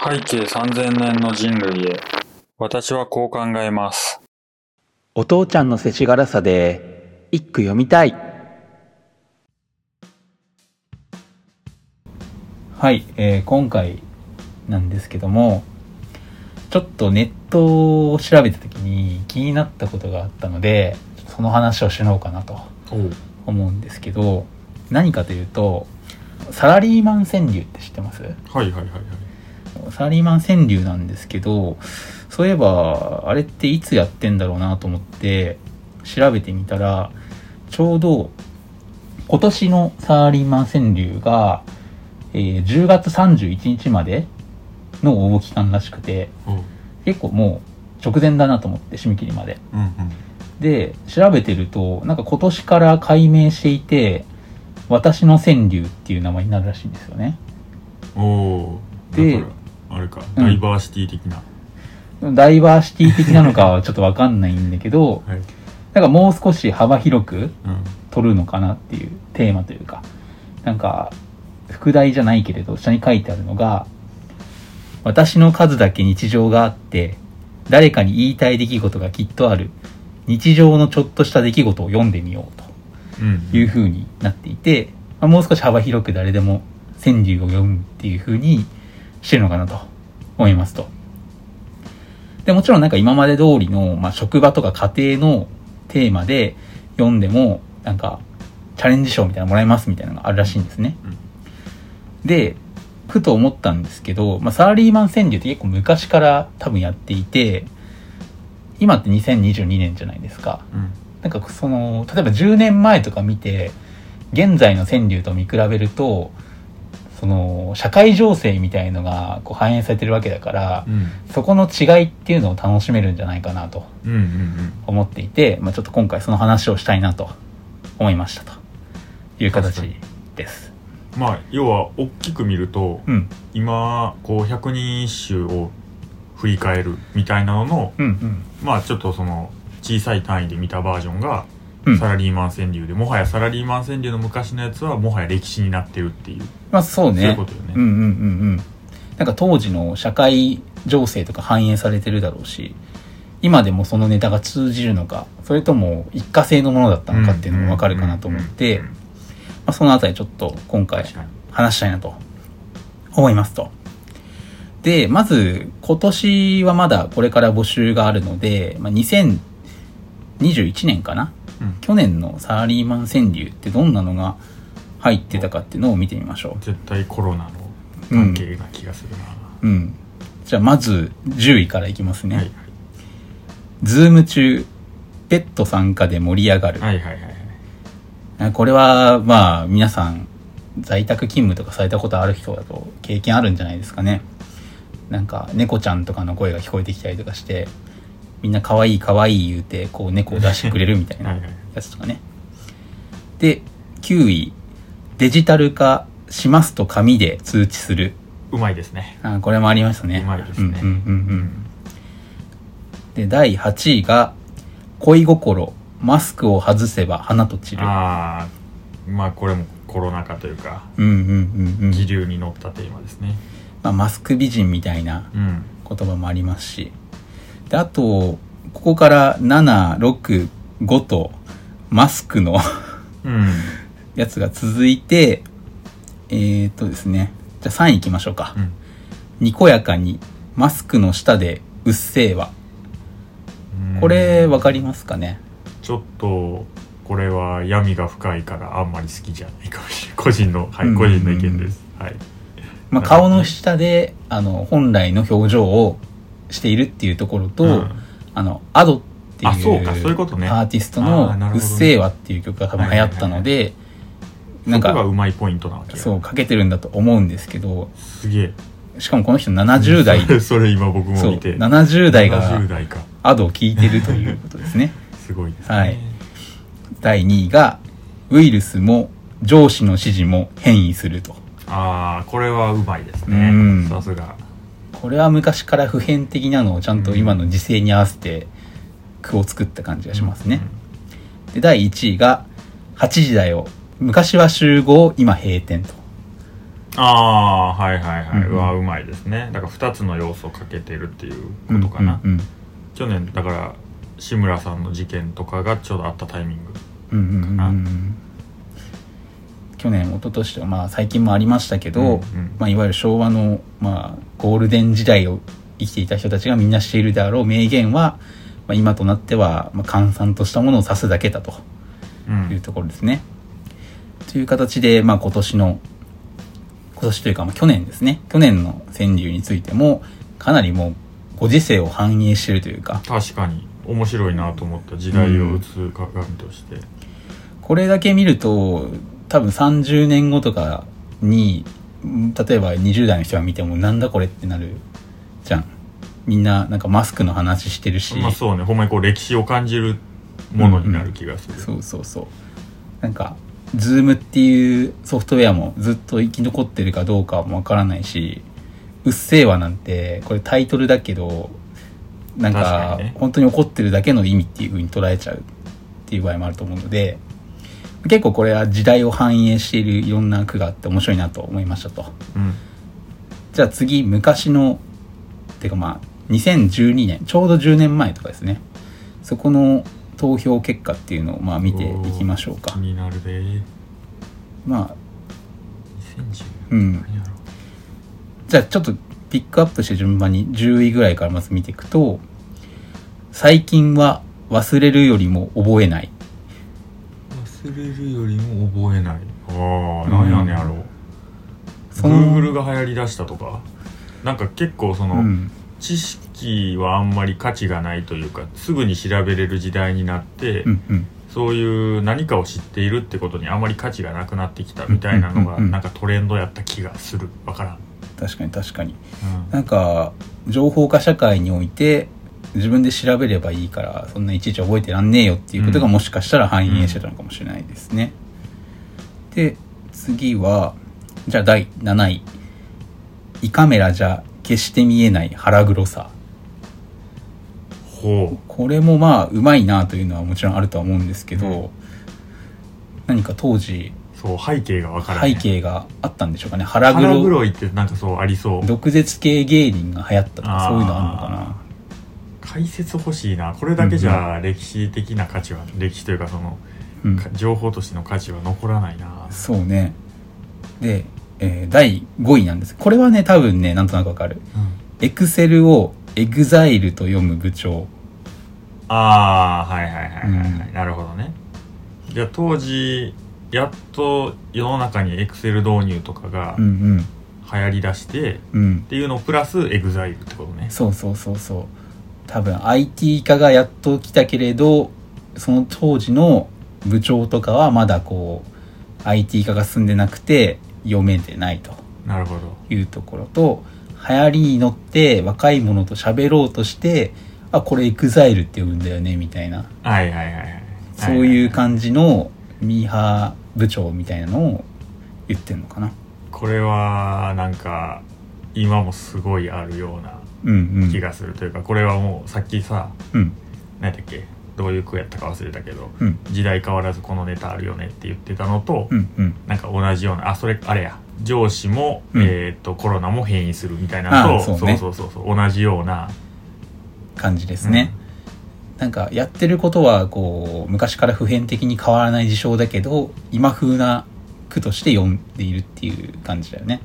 背景3000年の人類へ。私はこう考えます。 お父ちゃんの世知辛さで一句読みたい。はい、今回なんですけども、ちょっとネットを調べた時に気になったことがあったので、その話をしようかなと思うんですけど、何かというと、サラリーマン川柳って知ってます？ はいはいはいはい。 サラリーマン川柳なんですけど、そういえばあれっていつやってんだろうなと思って調べてみたら、ちょうど今年のサラリーマン川柳が、10月31日までの応募期間らしくて、結構もう直前だなと思って、締め切りまで、で調べてると、なんか今年から改名していて、私の川柳っていう名前になるらしいんですよね。 で、だからあれか、ダイバーシティ的な、 ダイバーシティ的なのかはちょっと分かんないんだけど、はい、なんかもう少し幅広く取るのかなっていうテーマというか、なんか副題じゃないけれど下に書いてあるのが、私の数だけ日常があって誰かに言いたい出来事がきっとある、日常のちょっとした出来事を読んでみようという風になっていて、もう少し幅広く誰でも川柳を読むっていう風にしてるのかなと思いますと。でもちろんなんか今まで通りの、職場とか家庭のテーマで読んでもなんかチャレンジ賞みたいなのもらえますみたいなのがあるらしいんですね。で、ふと思ったんですけど、サラリーマン川柳って結構昔から多分やっていて、今って2022年じゃないですか。なんかその例えば10年前とか見て現在の川柳と見比べると、その社会情勢みたいのがこう反映されてるわけだから、そこの違いっていうのを楽しめるんじゃないかなと思っていて、ちょっと今回その話をしたいなと思いましたという形です。 要は大きく見ると、今こう百人一首を振り返るみたいなのの、ちょっとその小さい単位で見たバージョンがサラリーマン川柳で、もはやサラリーマン川柳の昔のやつはもはや歴史になってるっていう、 そうね、 そういうことよね。 なんか当時の社会情勢とか反映されてるだろうし、今でもそのネタが通じるのか、それとも一過性のものだったのかっていうのも分かるかなと思って、そのあたりちょっと今回話したいなと思いますと。で、まず今年はまだこれから募集があるので、2021年かな、去年のサラリーマン川柳ってどんなのが入ってたかっていうのを見てみましょう。 絶対コロナの関係な気がするな。 じゃあまず10位からいきますね。ズーム中ペット参加で盛り上がる。これは皆さん在宅勤務とかされたことある人だと経験あるんじゃないですかね。なんか猫ちゃんとかの声が聞こえてきたりとかして、みんな可愛い可愛い言うてこう猫を出してくれるみたいなやつとかね。で、9位、デジタル化しますと紙で通知する。 うまいですね。 これもありましたね。 うまいですね。 で、第8位が恋心、マスクを外せば花と散る。 これもコロナ禍というか、時流に乗ったテーマですね。 マスク美人みたいな言葉もありますし、で、あとここから7、6、5とマスクのやつが続いて、ですね、じゃあ3位いきましょうか。にこやかにマスクの下でうっせぇわ。これわかりますかね。 ちょっとこれは闇が深いからあんまり好きじゃないかもしれない。個人の意見です。 顔の下で本来の表情をしているっていうところと、アドっていうアーティストのうっせぇわっていう曲が多分流行ったので、 なんかそこがうまいポイントなわけ。 そうかけてるんだと思うんですけど、 すげえ。 しかもこの人70代それ今僕も見て、 70代がアドを聴いてるということですね。 すごいですね。 第2位がウイルスも上司の指示も変異すると。 これはうまいですね。さすが。 これは昔から普遍的なのをちゃんと今の時勢に合わせて句を作った感じがしますね。で、第1位が8時だよ、昔は集合今閉店と。 ああーはいはいはい、うまいですね。だから2つの要素をかけてるっていうことかな、去年だから志村さんの事件とかがちょうどあったタイミングかな、 去年一昨年とまあ最近もありましたけど、まあ、いわゆる昭和の、まあ、ゴールデン時代を生きていた人たちがみんなしているであろう名言は、まあ、今となっては、まあ、閑散としたものを指すだけだというところですね、という形で、まあ、今年というか、まあ、去年ですね、去年の川柳についてもかなりもうご時世を反映しているというか、 確かに面白いなと思った、時代を映す鏡として、 これだけ見ると多分30年後とかに例えば20代の人が見てもなんだこれってなるじゃん。みんななんかマスクの話してるし、 まあそうね、ほんまにこう歴史を感じるものになる気がする、 そうなんかズームっていうソフトウェアもずっと生き残ってるかどうかもわからないし、うっせぇわなんてこれタイトルだけどなんか本当に怒ってるだけの意味っていう風に捉えちゃうっていう場合もあると思うので、結構これは時代を反映しているいろんな句があって面白いなと思いましたと、じゃあ次、昔のてかまあ2012年ちょうど10年前とかですね、そこの投票結果っていうのをまあ見ていきましょうか。 気になるで。 まあ 2010、 じゃあちょっとピックアップして順番に10位ぐらいからまず見ていくと、最近は忘れるよりも覚えない。 忘れるよりも覚えない。何やねんやろう。Google が流行りだしたとか、なんか結構その、知識はあんまり価値がないというか、すぐに調べれる時代になって、そういう何かを知っているってことにあんまり価値がなくなってきたみたいなのがなんかトレンドやった気がする。わからん。 確かに、なんか情報化社会において自分で調べればいいからそんないちいち覚えてらんねえよっていうことがもしかしたら反映してたのかもしれないですね、で次はじゃあ第7位、胃カメラじゃ決して見えない腹黒さ。これもまあうまいなというのはもちろんあるとは思うんですけど、何か当時そう背景が分からない、 背景があったんでしょうかね。腹黒いってなんかそうありそう。 毒舌系芸人が流行ったとかそういうのあるのかな。 解説欲しいな。これだけじゃ歴史的な価値は、歴史というかその、情報としての価値は残らないな。 そうね。で、第5位なんです。これはね多分ねなんとなくわかる。エクセルをエグザイルと読む部長。 はい、なるほどね。じゃあ当時やっと世の中にエクセル導入とかが流行りだして、っていうのプラスエグザイルってことね。 そう多分 IT 化がやっと来たけれど、その当時の部長とかはまだこう IT 化が進んでなくて読めてないというところと、流行りに乗って若い者と喋ろうとして、これエグザイルって呼ぶんだよねみたいな、そういう感じのミーハー部長みたいなのを言ってんのかな。 これはなんか今もすごいあるような気がするというか、これはもうさっきさ、何だっけ、どういう句やったか忘れたけど、時代変わらずこのネタあるよねって言ってたのと、なんか同じような、それあれや、上司も、コロナも変異するみたいなのと、そう同じような感じですね、なんかやってることはこう昔から普遍的に変わらない事象だけど、今風な句として読んでいるっていう感じだよね。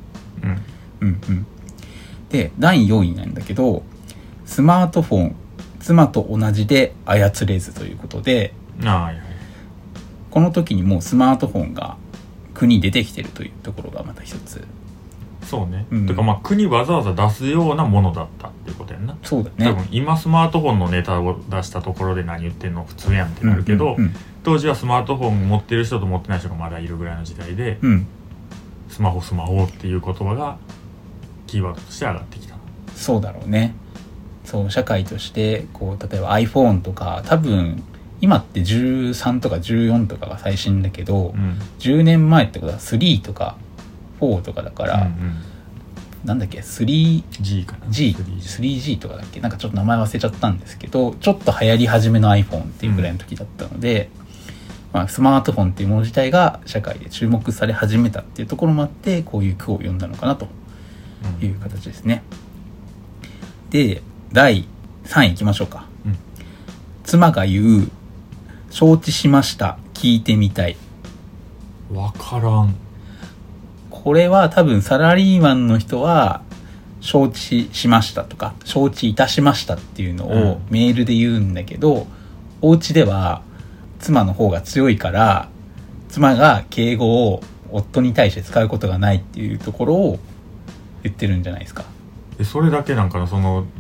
で第4位なんだけど、スマートフォン妻と同じで操れずということで、この時にもうスマートフォンが句に出てきてるというところがまた一つ。 そうね、とか句にわざわざ出すようなものだったっていうことやんな。 そうだね。 多分今スマートフォンのネタを出したところで何言ってんの普通やんってなるけど、当時はスマートフォン持ってる人と持ってない人がまだいるぐらいの時代で、スマホっていう言葉がキーワードとして上がってきた。 そうだろうね。そう社会としてこう例えば iPhone とか、多分今って13とか14とかが最新だけど、10年前ってことは3とか4とかだから、なんだっけ 3G かな 3G とかだっけ、なんかちょっと名前忘れちゃったんですけど、ちょっと流行り始めの iPhone っていうぐらいの時だったので、 スマートフォンっていうもの自体が社会で注目され始めたっていうところもあって、こういう句を読んだのかなという形ですね。で、第3位いきましょうか。妻が言う、承知しました、聞いてみたい。 わからん。 これは多分サラリーマンの人は承知しましたとか承知いたしましたっていうのをメールで言うんだけど、お家では妻の方が強いから妻が敬語を夫に対して使うことがないっていうところを言ってるんじゃないですか。 それだけなんかな、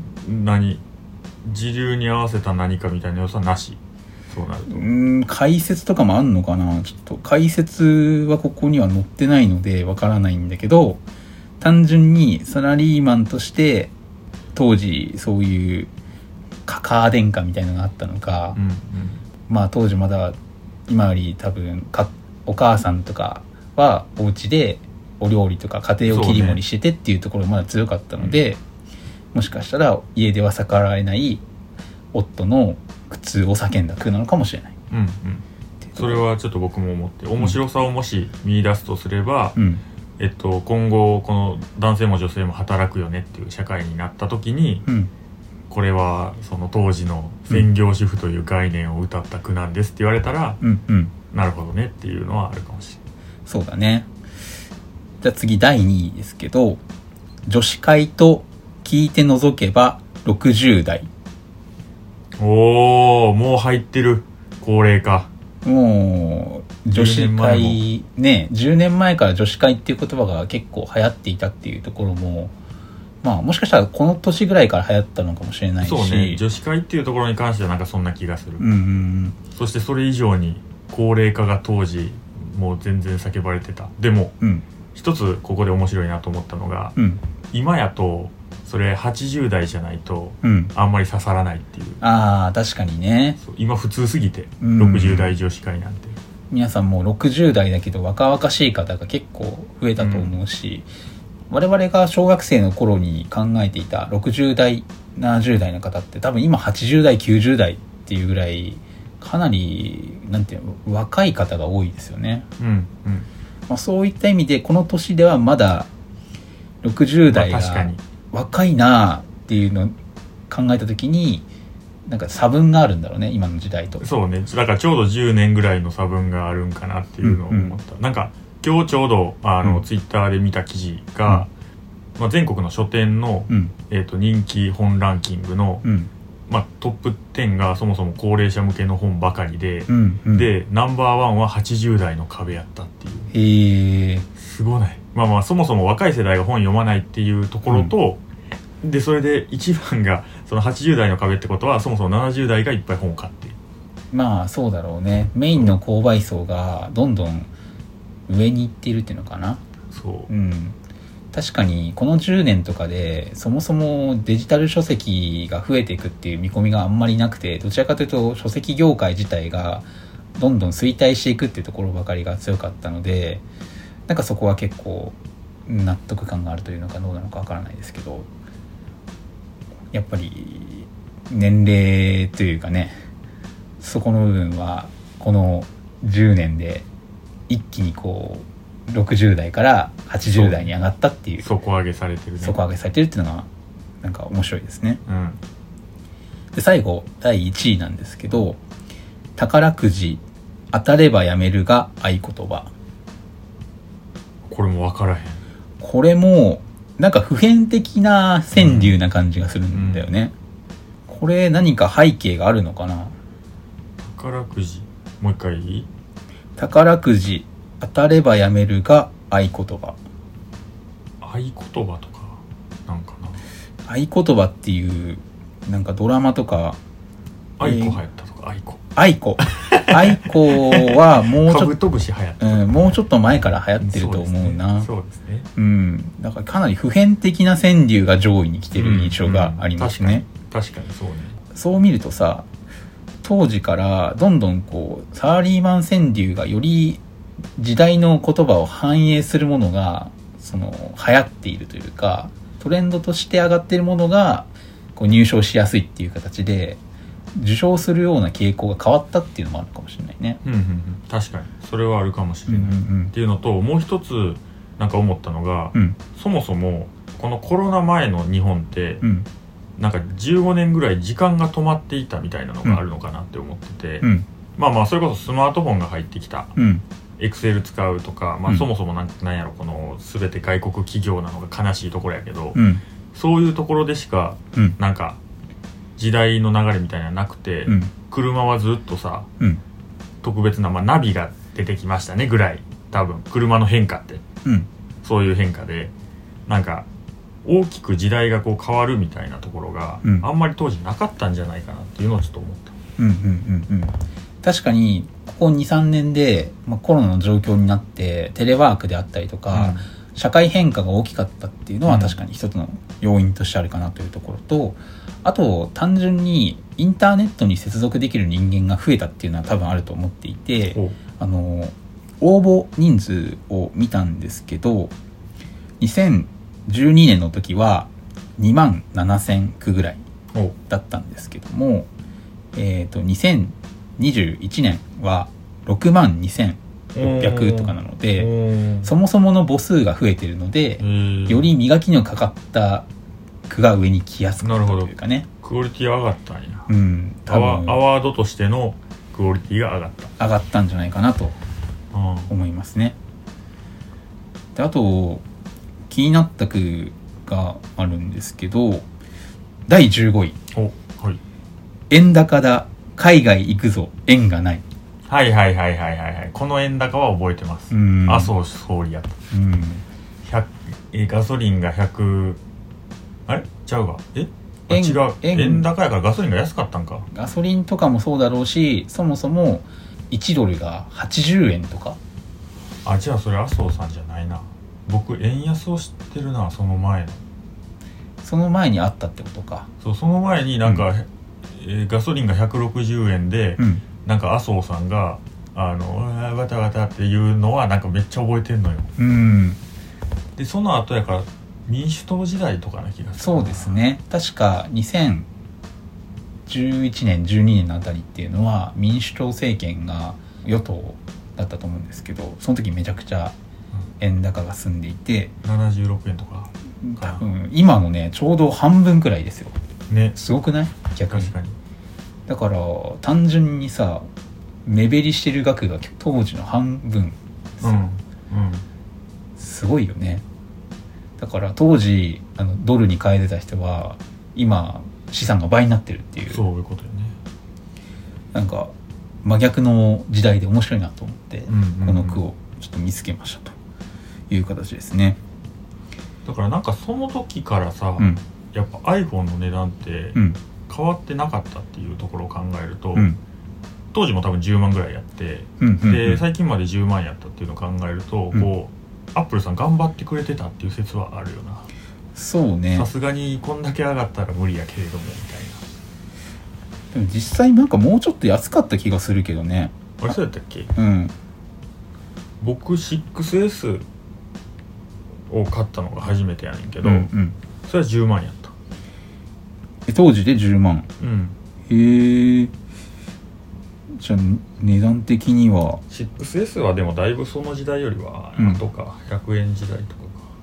時流に合わせた何かみたいな要素はなし。そうなると解説とかもあんのかな。ちょっと解説はここには載ってないのでわからないんだけど、単純にサラリーマンとして当時そういうカカア殿下みたいなのがあったのか、当時まだ今より多分お母さんとかはお家でお料理とか家庭を切り盛りしててっていうところがまだ強かったので、もしかしたら家では逆らえない夫の苦痛を叫んだ句なのかもしれない。 それはちょっと僕も思って、面白さをもし見出すとすれば、今後この男性も女性も働くよねっていう社会になった時に、これはその当時の専業主婦という概念を歌った句なんですって言われたら、なるほどねっていうのはあるかもしれない。 そうだね。じゃあ次第2位ですけど、女子会と聞いて除けば60代。 もう入ってる。高齢化。 もう女子会ね、10年前から女子会っていう言葉が結構流行っていたっていうところも、もしかしたらこの年ぐらいから流行ったのかもしれないし。 そうね、女子会っていうところに関してはなんかそんな気がする。そしてそれ以上に高齢化が当時もう全然叫ばれてた。でも、一つここで面白いなと思ったのが、今やとそれ80代じゃないとあんまり刺さらないっていう。 確かにね。 今普通すぎて、60代女子会なんて皆さんもう60代だけど若々しい方が結構増えたと思うし、我々が小学生の頃に考えていた60代70代の方って多分今80代90代っていうぐらいかなりなんていうの若い方が多いですよね。そういった意味でこの年ではまだ60代が若いなっていうのを考えた時になんか差分があるんだろうね、今の時代と。 そうね、だからちょうど10年ぐらいの差分があるんかなっていうのを思った。なんか今日ちょうどツイッターで見た記事が、全国の書店の、人気本ランキングの、トップ10がそもそも高齢者向けの本ばかりで、でナンバーワンは80代の壁やったっていう。すごない。そもそも若い世代が本読まないっていうところと、でそれで一番がその80代の壁ってことはそもそも70代がいっぱい本を買っている。 そうだろうね。メインの購買層がどんどん上に行っているっていうのかな。確かにこの10年とかでそもそもデジタル書籍が増えていくっていう見込みがあんまりなくて、どちらかというと書籍業界自体がどんどん衰退していくっていうところばかりが強かったので、なんかそこは結構納得感があるというのかどうなのかわからないですけど、やっぱり年齢というかね、そこの部分はこの10年で一気にこう60代から80代に上がったっていう、 底上げされてるね。 底上げされてるっていうのがなんか面白いですね。で最後第1位なんですけど、宝くじ当たればやめるが合言葉。 これも分からへん。 これもなんか普遍的な川柳な感じがするんだよね。これ何か背景があるのかな。 宝くじもう一回いい？ 宝くじ当たればやめるが合言葉。 合言葉とかなんかな。 合言葉っていうなんかドラマとか愛子流行ったとか。 愛子はもうちょっとカブトムシ流行った、 もうちょっと前から流行ってると思うな。 そうですね。 だからかなり普遍的な川柳が上位に来てる印象がありますね。 確かにそうね。 そう見るとさ、当時からどんどんこうサラリーマン川柳がより時代の言葉を反映するものがその流行っているというか、トレンドとして上がっているものがこう入賞しやすいっていう形で、 受賞するような傾向が変わったっていうのもあるかもしれないね。 確かにそれはあるかもしれない、っていうのと、もう一つなんか思ったのが、そもそもこのコロナ前の日本って、なんか15年ぐらい時間が止まっていたみたいなのがあるのかなって思ってて、まあそれこそスマートフォンが入ってきた、エクセル使うとか、そもそもなんやろ、この全て外国企業なのが悲しいところやけど、そういうところでしか、なんか時代の流れみたいなのなくて、車はずっとさ、特別な、ナビが出てきましたねぐらい、多分車の変化って、そういう変化で、なんか大きく時代がこう変わるみたいなところが、あんまり当時なかったんじゃないかなっていうのをちょっと思った。 確かにここ 2,3 年で、コロナの状況になってテレワークであったりとか、社会変化が大きかったっていうのは確かに一つの要因としてあるかなというところと、あと単純にインターネットに接続できる人間が増えたっていうのは多分あると思っていて、応募人数を見たんですけど、2012年の時は2万7000区ぐらいだったんですけども、2021年は6万2600とかなので、そもそもの母数が増えてるので、より磨きのかかった句が上に来やすくなるというかね。 クオリティは上がったんや。多分アワードとしてのクオリティが上がったんじゃないかなと思いますね。で、あと気になった句があるんですけど、第15位、円高だ海外行くぞ円がない。 この円高は覚えてます。麻生総理やった。ガソリンが100、あれちゃうわ、違う、円高やからガソリンが安かったんか。 ガソリンとかもそうだろうし、そもそも1ドルが80円とか。 じゃあそれ麻生さんじゃないな。僕円安を知ってるな。その前にあったってことか。その前になんか、ガソリンが160円で、なんか麻生さんがわたわたっていうのはなんかめっちゃ覚えてんのよ。でその後やから民主党時代とかな気がする。 そうですね。確か2011年12年のあたりっていうのは民主党政権が与党だったと思うんですけど、その時めちゃくちゃ円高が進んでいて、 76円とか多分今のねちょうど半分くらいですよね。 すごくない？逆に。 確かに。 だから単純にさ、目減りしてる額が当時の半分、すごいよね。だから当時ドルに変えてた人は今資産が倍になってるっていう、 そういうことよね。 なんか真逆の時代で面白いなと思って、この句をちょっと見つけましたという形ですね。 だからなんかその時からさ、やっぱ iPhone の値段って変わってなかったっていうところを考えると、当時も多分10万ぐらいやって、で最近まで10万やったっていうのを考えると、こうアップルさん頑張ってくれてたっていう説はあるよな。 そうね。 さすがにこんだけ上がったら無理やけれどもみたいな。 でも実際なんかもうちょっと安かった気がするけどね。 あれそうやったっけ？僕 6S を買ったのが初めてやねんけど、それは10万やった。 当時で10万。へえ。じゃあ値段的には 6S はでもだいぶその時代よりは後か、100円時代とかか。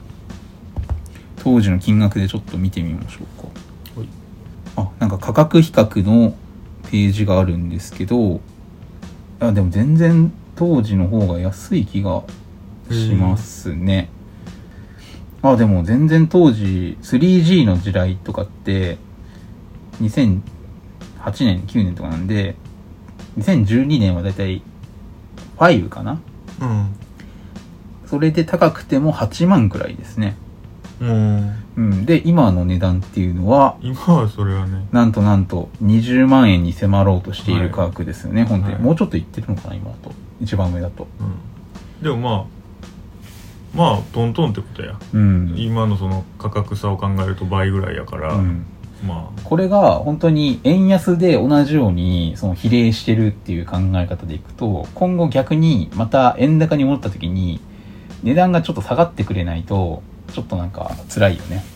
当時の金額でちょっと見てみましょうか。なんか価格比較のページがあるんですけど、でも全然当時の方が安い気がしますね。でも全然当時 3G の時代とかって2008年9年とかなんで、2012年はだいたい5かな。それで高くても8万くらいですね。で今の値段っていうのは、 今はそれはね、 なんと20万円に迫ろうとしている価格ですよね。本当にもうちょっといってるのかな今だと、一番上だと。 でもまあトントンってことや。今のその価格差を考えると倍ぐらいやから、 これが本当に円安で同じようにその比例してるっていう考え方でいくと、今後逆にまた円高に戻った時に値段がちょっと下がってくれないとちょっとなんか辛いよね。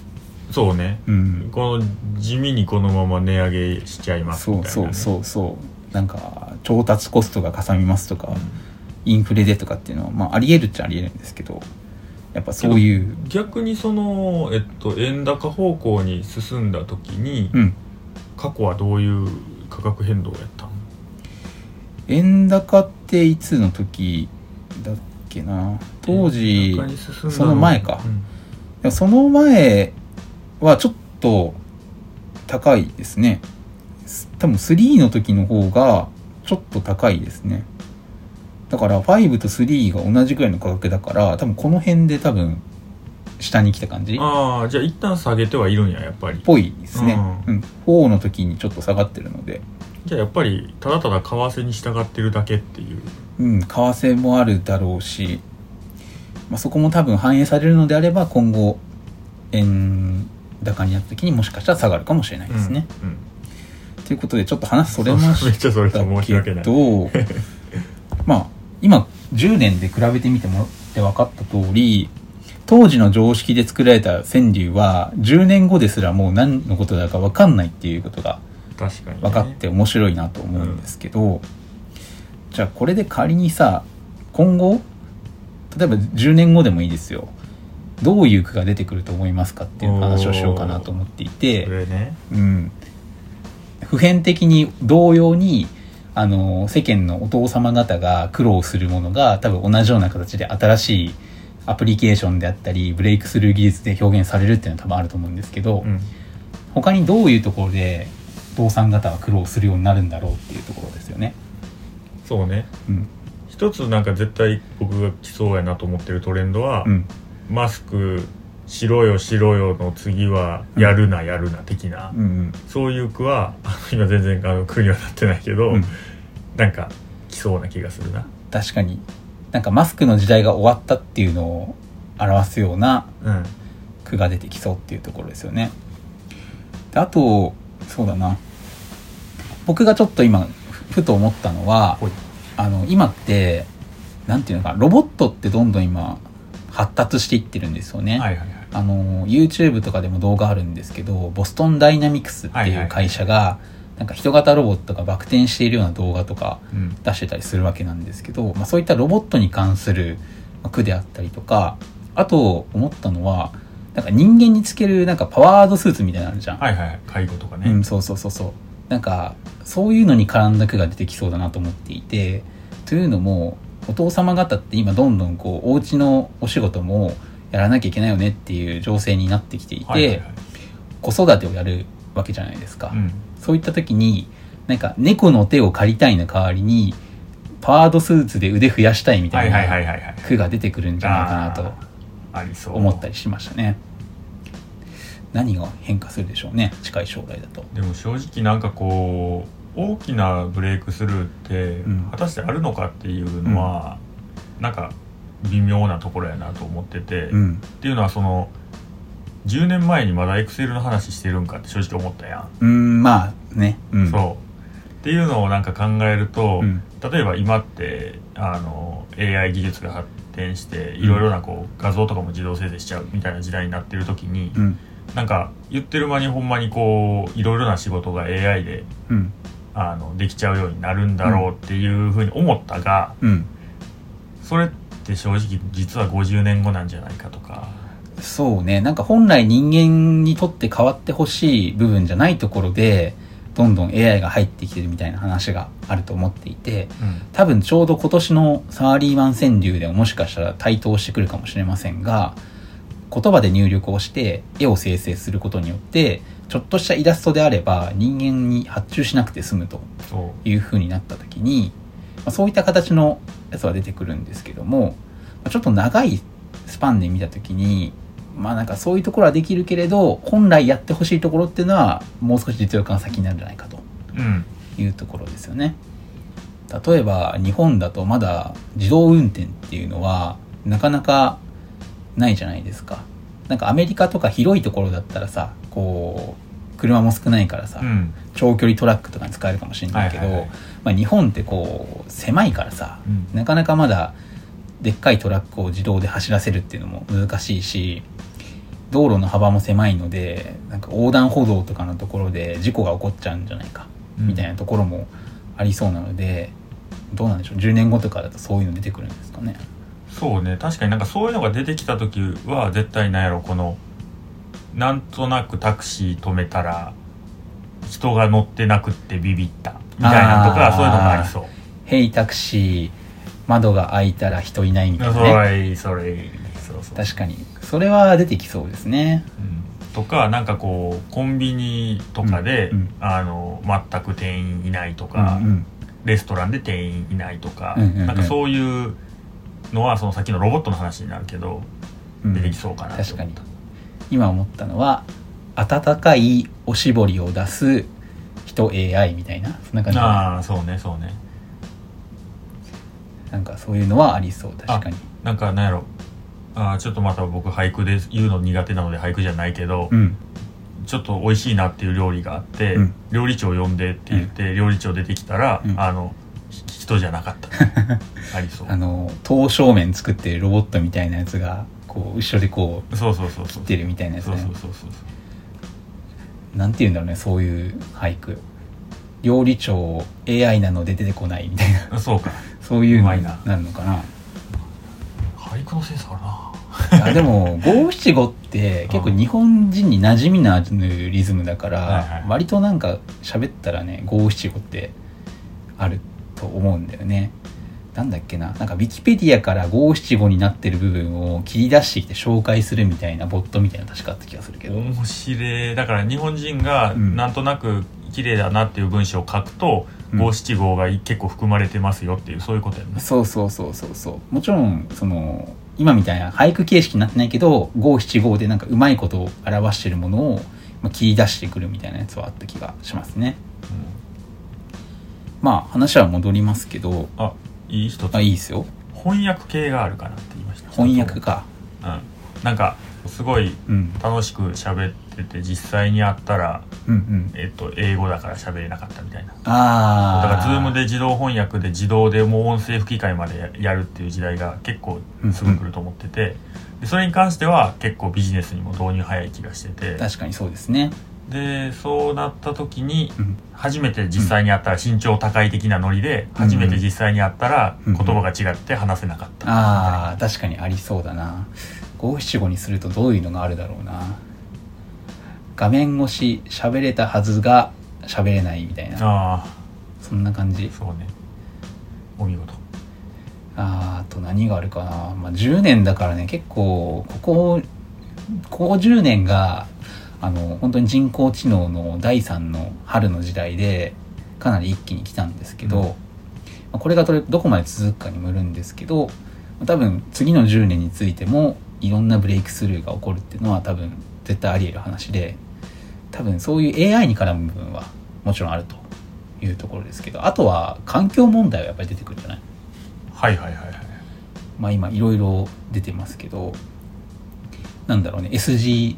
そうね、この地味にこのまま値上げしちゃいますみたいな、ね、 そうなんか調達コストがかさみますとか、インフレでとかっていうのは、まあ、ありえるっちゃありえるんですけど、やっぱそういう逆にその、円高方向に進んだ時に、過去はどういう価格変動をやったの？ 円高っていつの時だっけな、当時その前か、その前はちょっと高いですね。多分3の時の方がちょっと高いですね。だから5と3が同じくらいの価格だから、多分この辺で多分下に来た感じ。 ああ、じゃあ一旦下げてはいるんや、やっぱり。 ぽいですね。4の時にちょっと下がってるので。 じゃあやっぱりただただ為替に従ってるだけっていう。 為替もあるだろうし、まあ、そこも多分反映されるのであれば、今後円高になった時にもしかしたら下がるかもしれないですね。ということでちょっと話それましたけど、 めっちゃそれ申し訳ないまあ今10年で比べてみてもらって分かった通り、当時の常識で作られた川柳は10年後ですらもう何のことだか分かんないっていうことが分かって面白いなと思うんですけど、じゃあこれで仮にさ、今後例えば10年後でもいいですよ、どういう句が出てくると思いますかっていう話をしようかなと思っていて、普遍的に同様に世間のお父様方が苦労するものが多分同じような形で新しいアプリケーションであったりブレイクスルー技術で表現されるっていうのは多分あると思うんですけど、他にどういうところでお父さん方は苦労するようになるんだろうっていうところですよね。 そうね、一つなんか絶対僕が来そうやなと思ってるトレンドは、マスクしろよしろよの次はやるなやるな的な、そういう句は今全然句にはなってないけど、なんか来そうな気がするな。 確かになんかマスクの時代が終わったっていうのを表すような句が出てきそうっていうところですよね。であとそうだな、僕がちょっと今ふと思ったのは、今ってなんていうのか、ロボットってどんどん今発達していってるんですよね。YouTube とかでも動画あるんですけど、ボストンダイナミクスっていう会社がなんか人型ロボットがバク転しているような動画とか出してたりするわけなんですけど、そういったロボットに関する句であったりとか、あと思ったのはなんか人間につけるなんかパワードスーツみたいなのあるじゃん。 介護とかね。 そうなんかそういうのに絡んだ句が出てきそうだなと思っていて、というのもお父様方って今どんどんこうお家のお仕事もやらなきゃいけないよねっていう情勢になってきていて、子育てをやるわけじゃないですか、そういった時になんか猫の手を借りたいの代わりにパワードスーツで腕増やしたいみたいな句が出てくるんじゃないかなと思ったりしましたね。何が変化するでしょうね、近い将来だと。 でも正直なんかこう大きなブレイクスルーって果たしてあるのかっていうのは、なんか微妙なところやなと思ってて、っていうのはその10年前にまだエクセルの話してるんかって正直思ったやん。 まあね、 そうっていうのをなんか考えると、例えば今ってAI 技術が発展していろいろなこう画像とかも自動生成しちゃうみたいな時代になってる時に、なんか言ってる間にほんまにこういろいろな仕事が AI で、できちゃうようになるんだろうっていうふうに思ったが、それって正直実は50年後なんじゃないかとか。 そうね、なんか本来人間にとって変わってほしい部分じゃないところでどんどん AI が入ってきてるみたいな話があると思っていて、多分ちょうど今年のサラリーマン川柳でももしかしたら台頭してくるかもしれませんが、言葉で入力をして絵を生成することによってちょっとしたイラストであれば人間に発注しなくて済むという風になった時に、そういった形のやつは出てくるんですけども、ちょっと長いスパンで見た時になんかそういうところはできるけれど本来やってほしいところっていうのはもう少し実力が先になるんじゃないかというところですよね。例えば日本だとまだ自動運転っていうのはなかなかないじゃないですか。なんかアメリカとか広いところだったらさ、こう車も少ないからさ、長距離トラックとかに使えるかもしれないけど、日本ってこう狭いからさ、なかなかまだでっかいトラックを自動で走らせるっていうのも難しいし、 道路の幅も狭いのでなんか横断歩道とかのところで事故が起こっちゃうんじゃないかみたいなところもありそうなので、どうなんでしょう、10年後とかだとそういうの出てくるんですかね。 そうね、確かになんかそういうのが出てきた時は絶対なんやろ、このなんとなくタクシー止めたら人が乗ってなくってビビったみたいなとか、そういうのがありそう。 ヘイタクシー窓が開いたら人いないみたいなね。そう確かにそれは出てきそうですね、 とかなんかこうコンビニとかで、全く店員いないとか、レストランで店員いないとか、なんかそういうのはそのさっきのロボットの話になるけど、出てきそうかなと。 確かに今思ったのは温かいおしぼりを出す人 AI みたいな、そんな感じ。 そうねそうね、 なんかそういうのはありそう。確かになんかなんやろ、ちょっとまた僕俳句で言うの苦手なので俳句じゃないけど、ちょっと美味しいなっていう料理があって、料理長呼んでって言って、料理長出てきたら、人じゃなかったありそう。 刀削麺作ってるロボットみたいなやつがこう後ろでこう切ってるみたいなやつね。なんて言うんだろうね、そういう俳句。料理長 AI なので出てこないみたいなそうかそういうのになるのかな。 俳句のセンスあるな。 いやでも五七五って結構日本人に馴染みのあるリズムだから、割となんか喋ったらね五七五ってあると思うんだよね。なんだっけな、なんかウィキペディアから五七五になってる部分を切り出してきて紹介するみたいなボットみたいな確かあった気がするけど。 面白い。だから日本人がなんとなく綺麗だなっていう文章を書くと、五七五が結構含まれてますよっていう、そういうことやね。 そうもちろんその今みたいな俳句形式になってないけど五七五でなんかうまいことを表してるものを切り出してくるみたいなやつはあった気がしますね、まあ話は戻りますけど、 いい一つ。 いいですよ。 翻訳系があるかなって言いました。 翻訳か。 なんかすごい楽しく喋ってて、実際に会ったら、英語だから喋れなかったみたいな。だからズームで自動翻訳で自動でもう音声吹き替えまでやるっていう時代が結構すぐ来ると思ってて、でそれに関しては結構ビジネスにも導入早い気がしてて。 確かにそうですね。 でそうなった時に、初めて実際に会ったら身長高い的なノリで、初めて実際に会ったら言葉が違って話せなかった、 確かにありそうだな。五七五にするとどういうのがあるだろうな。画面越し喋れたはずが喋れないみたいな、そんな感じ。 そうね、お見事。 あと何があるかな。10年だからね、結構ここ10年が本当に人工知能の第3の春の時代でかなり一気に来たんですけど、これがどこまで続くかにもよるんですけど、多分次の10年についてもいろんなブレイクスルーが起こるっていうのは多分絶対あり得る話で、多分そういう AI に絡む部分はもちろんあるというところですけど、あとは環境問題はやっぱり出てくるんじゃない？今いろいろ出てますけど、なんだろうね、SDGs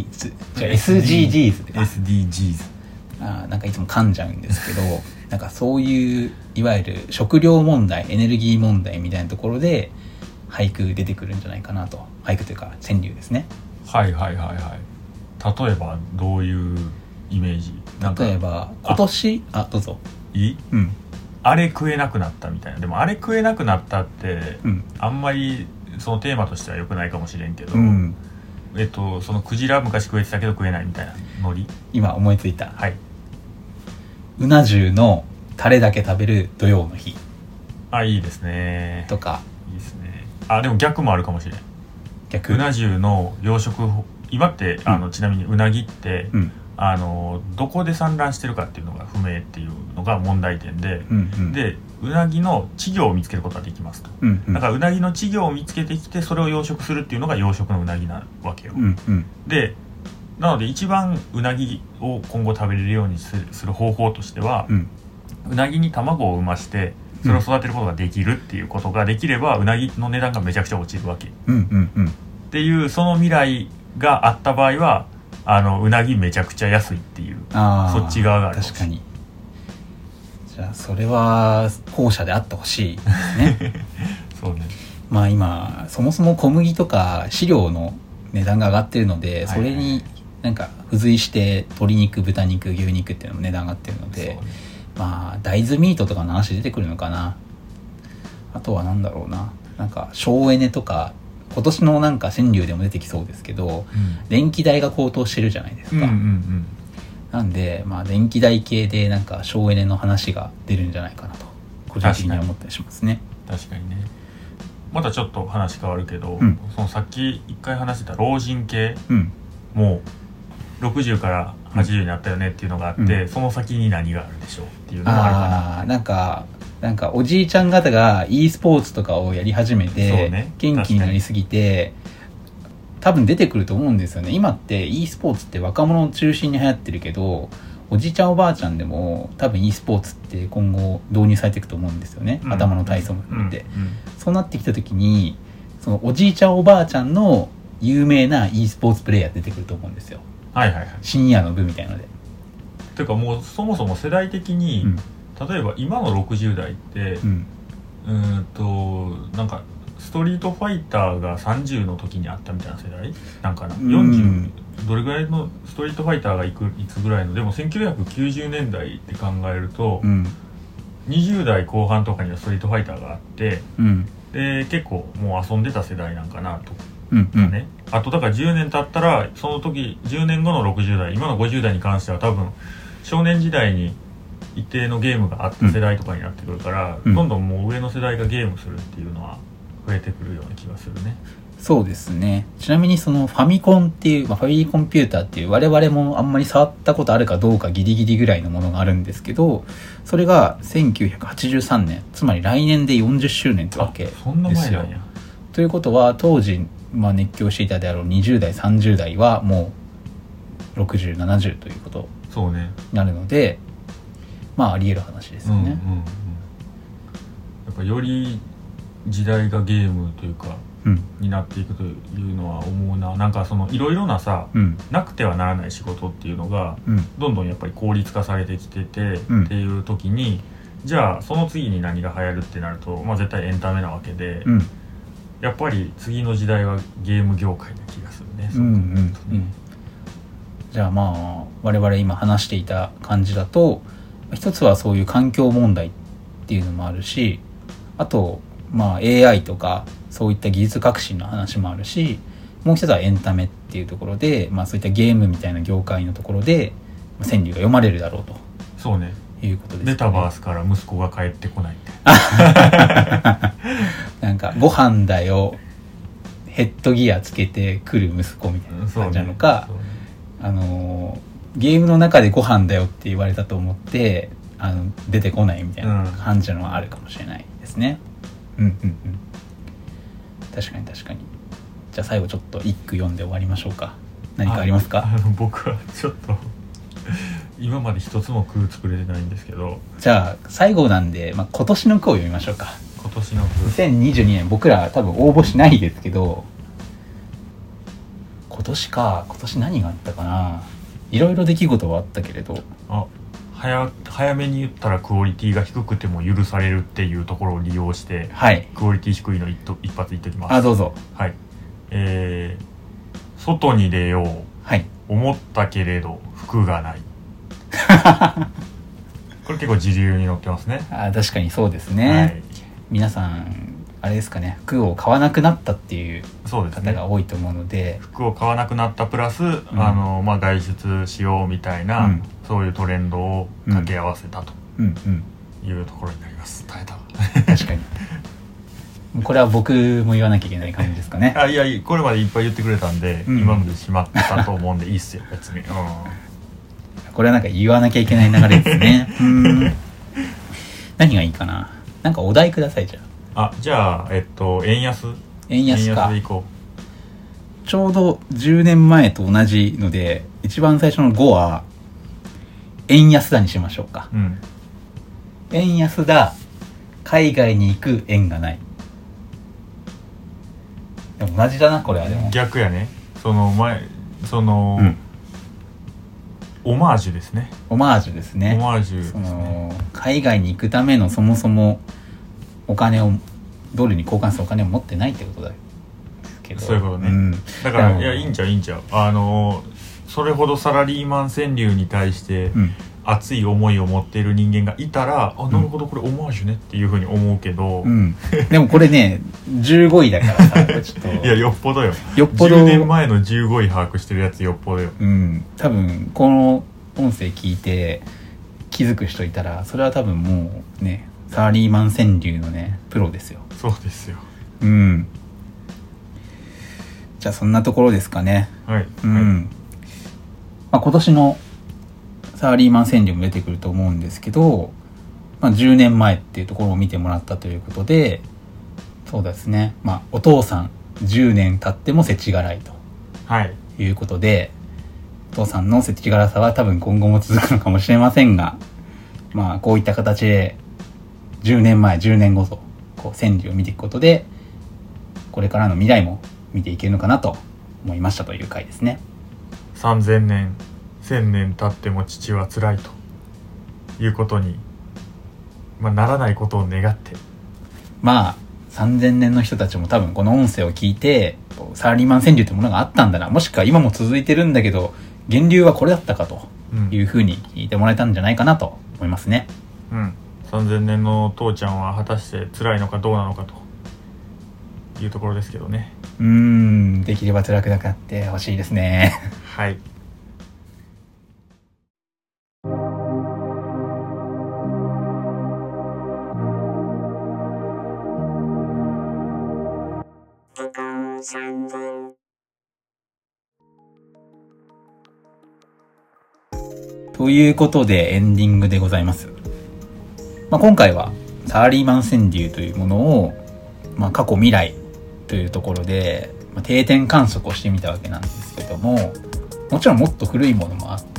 なんかいつも噛んじゃうんですけどなんかそういういわゆる食料問題、エネルギー問題みたいなところで俳句出てくるんじゃないかなと。俳句というか川柳ですね。 例えばどういうイメージ？ 例えば今年どうぞ。 いい？あれ食えなくなったみたいな。でもあれ食えなくなったって、あんまりそのテーマとしては良くないかもしれんけど、そのクジラ昔食えてたけど食えないみたいなノリ。今思いついた。うな重のタレだけ食べる土曜の日。 いいですね。 とか。 いいですね。でも逆もあるかもしれん。うな重の養殖、今って、ちなみにうなぎって、どこで産卵してるかっていうのが不明っていうのが問題点で、でうなぎの稚魚を見つけることができますと、だからうなぎの稚魚を見つけてきてそれを養殖するっていうのが養殖のうなぎなわけよ、でなので一番うなぎを今後食べれるようにする方法としては、うなぎに卵を産ましてそれを育てることができるっていうことができれば、うなぎの値段がめちゃくちゃ落ちるわけ、っていうその未来があった場合はうなぎめちゃくちゃ安いっていう、そっち側がある。 確かに。じゃあそれは後者であってほしいですねそうね。 今そもそも小麦とか飼料の値段が上がってるので、それになんか付随して鶏肉、豚肉、牛肉っていうのも値段上がってるので、まあ大豆ミートとかの話出てくるのかな。あとはなんだろうな、なんか省エネとか今年のなんか川柳でも出てきそうですけど、電気代が高騰してるじゃないですか。なんでまあ電気代系でなんか省エネの話が出るんじゃないかなと個人的には思ったりしますね。 確かにね。またちょっと話変わるけど、そのさっき一回話してた老人系、もう60から80になったよねっていうのがあって、その先に何があるでしょうっていうのもあるかな。 なんかおじいちゃん方が e スポーツとかをやり始めて、元気になりすぎて多分出てくると思うんですよね。今って e スポーツって若者を中心に流行ってるけど、おじいちゃんおばあちゃんでも多分 e スポーツって今後導入されていくと思うんですよね。頭の体操も含めて、そうなってきた時にそのおじいちゃんおばあちゃんの有名な e スポーツプレイヤー出てくると思うんですよ。深夜の部みたいなので。 というかもうそもそも世代的に、例えば今の60代って、なんかストリートファイターが30の時にあったみたいな世代なんかな、40どれぐらいのストリートファイターがいつぐらいの、でも1990年代って考えると、20代後半とかにはストリートファイターがあって、で結構もう遊んでた世代なんかなとかね。あとだから10年経ったらその時10年後の60代、今の50代に関しては多分少年時代に一定のゲームがあった世代とかになってくるから、どんどんもう上の世代がゲームするっていうのは増えてくるような気がするね。 そうですね。ちなみにそのファミコンっていう、ファミリーコンピューターっていう我々もあんまり触ったことあるかどうかギリギリぐらいのものがあるんですけど、それが1983年、つまり来年で40周年ってわけですよ。 そんな前なんや。 ということは当時、熱狂していたであろう20代30代はもう60、70ということになるので、あり得る話ですよね。やっぱより時代がゲームというか、になっていくというのは思うな。なんかそのいろいろなさ、なくてはならない仕事っていうのが、どんどんやっぱり効率化されてきてて、っていう時にじゃあその次に何が流行るってなると、絶対エンタメなわけで、やっぱり次の時代はゲーム業界な気がするね。 じゃあ我々今話していた感じだと、一つはそういう環境問題っていうのもあるし、あとAI とかそういった技術革新の話もあるし、もう一つはエンタメっていうところで、そういったゲームみたいな業界のところで川柳が読まれるだろうと。 そうね。 いうことですね。 メタバースから息子が帰ってこないみたいな。なんかご飯だよ、ヘッドギアつけてくる息子みたいな感じなのか、ゲームの中でご飯だよって言われたと思って出てこないみたいな感じのはあるかもしれないですね。確かに。じゃあ最後ちょっと一句読んで終わりましょうか。何かありますか？ 僕はちょっと今まで一つも句作れてないんですけど、 じゃあ最後なんで、今年の句を読みましょうか。 今年の句、 2022年僕ら多分応募しないですけど、今年何があったかな。いろいろ出来事はあったけれど、 早めに言ったらクオリティが低くても許されるっていうところを利用して、クオリティ低いの一発言っておきます。 どうぞ。 外に出よう、思ったけれど服がない。これ結構時流に乗ってますね。 確かにそうですね。皆さんあれですかね、服を買わなくなったっていう方が多いと思うので、 服を買わなくなったプラス、外出しようみたいな、そういうトレンドを掛け合わせたというところになります。耐えた。 確かに。これは僕も言わなきゃいけない感じですかね。 いやこれまでいっぱい言ってくれたんで、今までしまったと思うんでいいっすよ別に。 これはなんか言わなきゃいけない流れですね。何がいいかな。なんかお題ください。 じゃあ円安か。でいこう。ちょうど10年前と同じので、一番最初の5は円安だにしましょうか。円安だ、海外に行く円がない。でも同じだなこれは。でも逆やね。オマージュですね。 オマージュですね。海外に行くためのそもそもお金をドルに交換するお金を持ってないってことだよけど、 そういうことね、だからいやいいんちゃうそれほどサラリーマン川柳に対して熱い思いを持っている人間がいたら、なるほどこれオマージュねっていうふうに思うけど、 でもこれね15位だからさちょっといやよっぽどよ、 よっぽど 10年前の15位把握してるやつよっぽどよ。 多分この音声聞いて気づく人いたら、それは多分もうねサラリーマン川柳のねプロですよ。 そうですよ。 じゃあそんなところですかね。 はい。 今年のサラリーマン川柳も出てくると思うんですけど、10年前っていうところを見てもらったということで、そうですね、お父さん10年経っても世知辛いということで、お父さんの世知辛さは多分今後も続くのかもしれませんが、こういった形で10年前10年後とこう川柳を見ていくことで、これからの未来も見ていけるのかなと思いましたという回ですね。 3000年1000年経っても父は辛いということに、ならないことを願って、 3000年の人たちも多分この音声を聞いて、サラリーマン川柳というものがあったんだな、もしくは今も続いてるんだけど源流はこれだったかというふうに聞いてもらえたんじゃないかなと思いますね。 3000年の父ちゃんは果たして辛いのかどうなのかというところですけどね。 できれば辛くなくなってほしいですね。 はい。 ということでエンディングでございます。今回はサラリーマン川柳というものを、過去未来というところで、定点観測をしてみたわけなんですけども、もちろんもっと古いものもあって、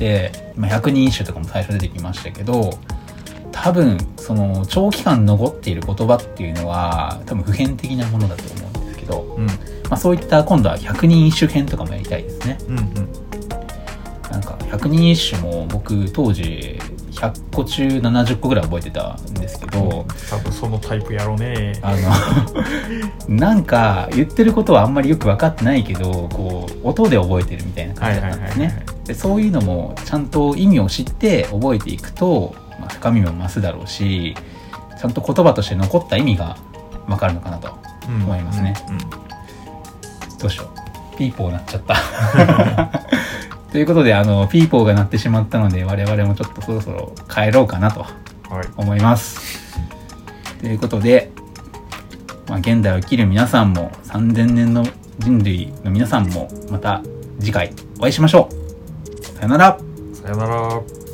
百人一首とかも最初出てきましたけど、多分その長期間残っている言葉っていうのは多分普遍的なものだと思うんですけど、そういった今度は百人一首編とかもやりたいですね。なんか百人一首も僕当時100個中70個ぐらい覚えてたんですけど、 多分そのタイプやろうね。 なんか言ってることはあんまりよく分かってないけど、こう音で覚えてるみたいな感じだったんですね。でそういうのもちゃんと意味を知って覚えていくと、深みも増すだろうし、ちゃんと言葉として残った意味が分かるのかなと思いますね。どうしよう、ピーポーなっちゃったということでピーポーが鳴ってしまったので、我々もちょっとそろそろ帰ろうかなと思います。ということで、現代を生きる皆さんも3000年の人類の皆さんもまた次回お会いしましょう。さよなら。 さよなら。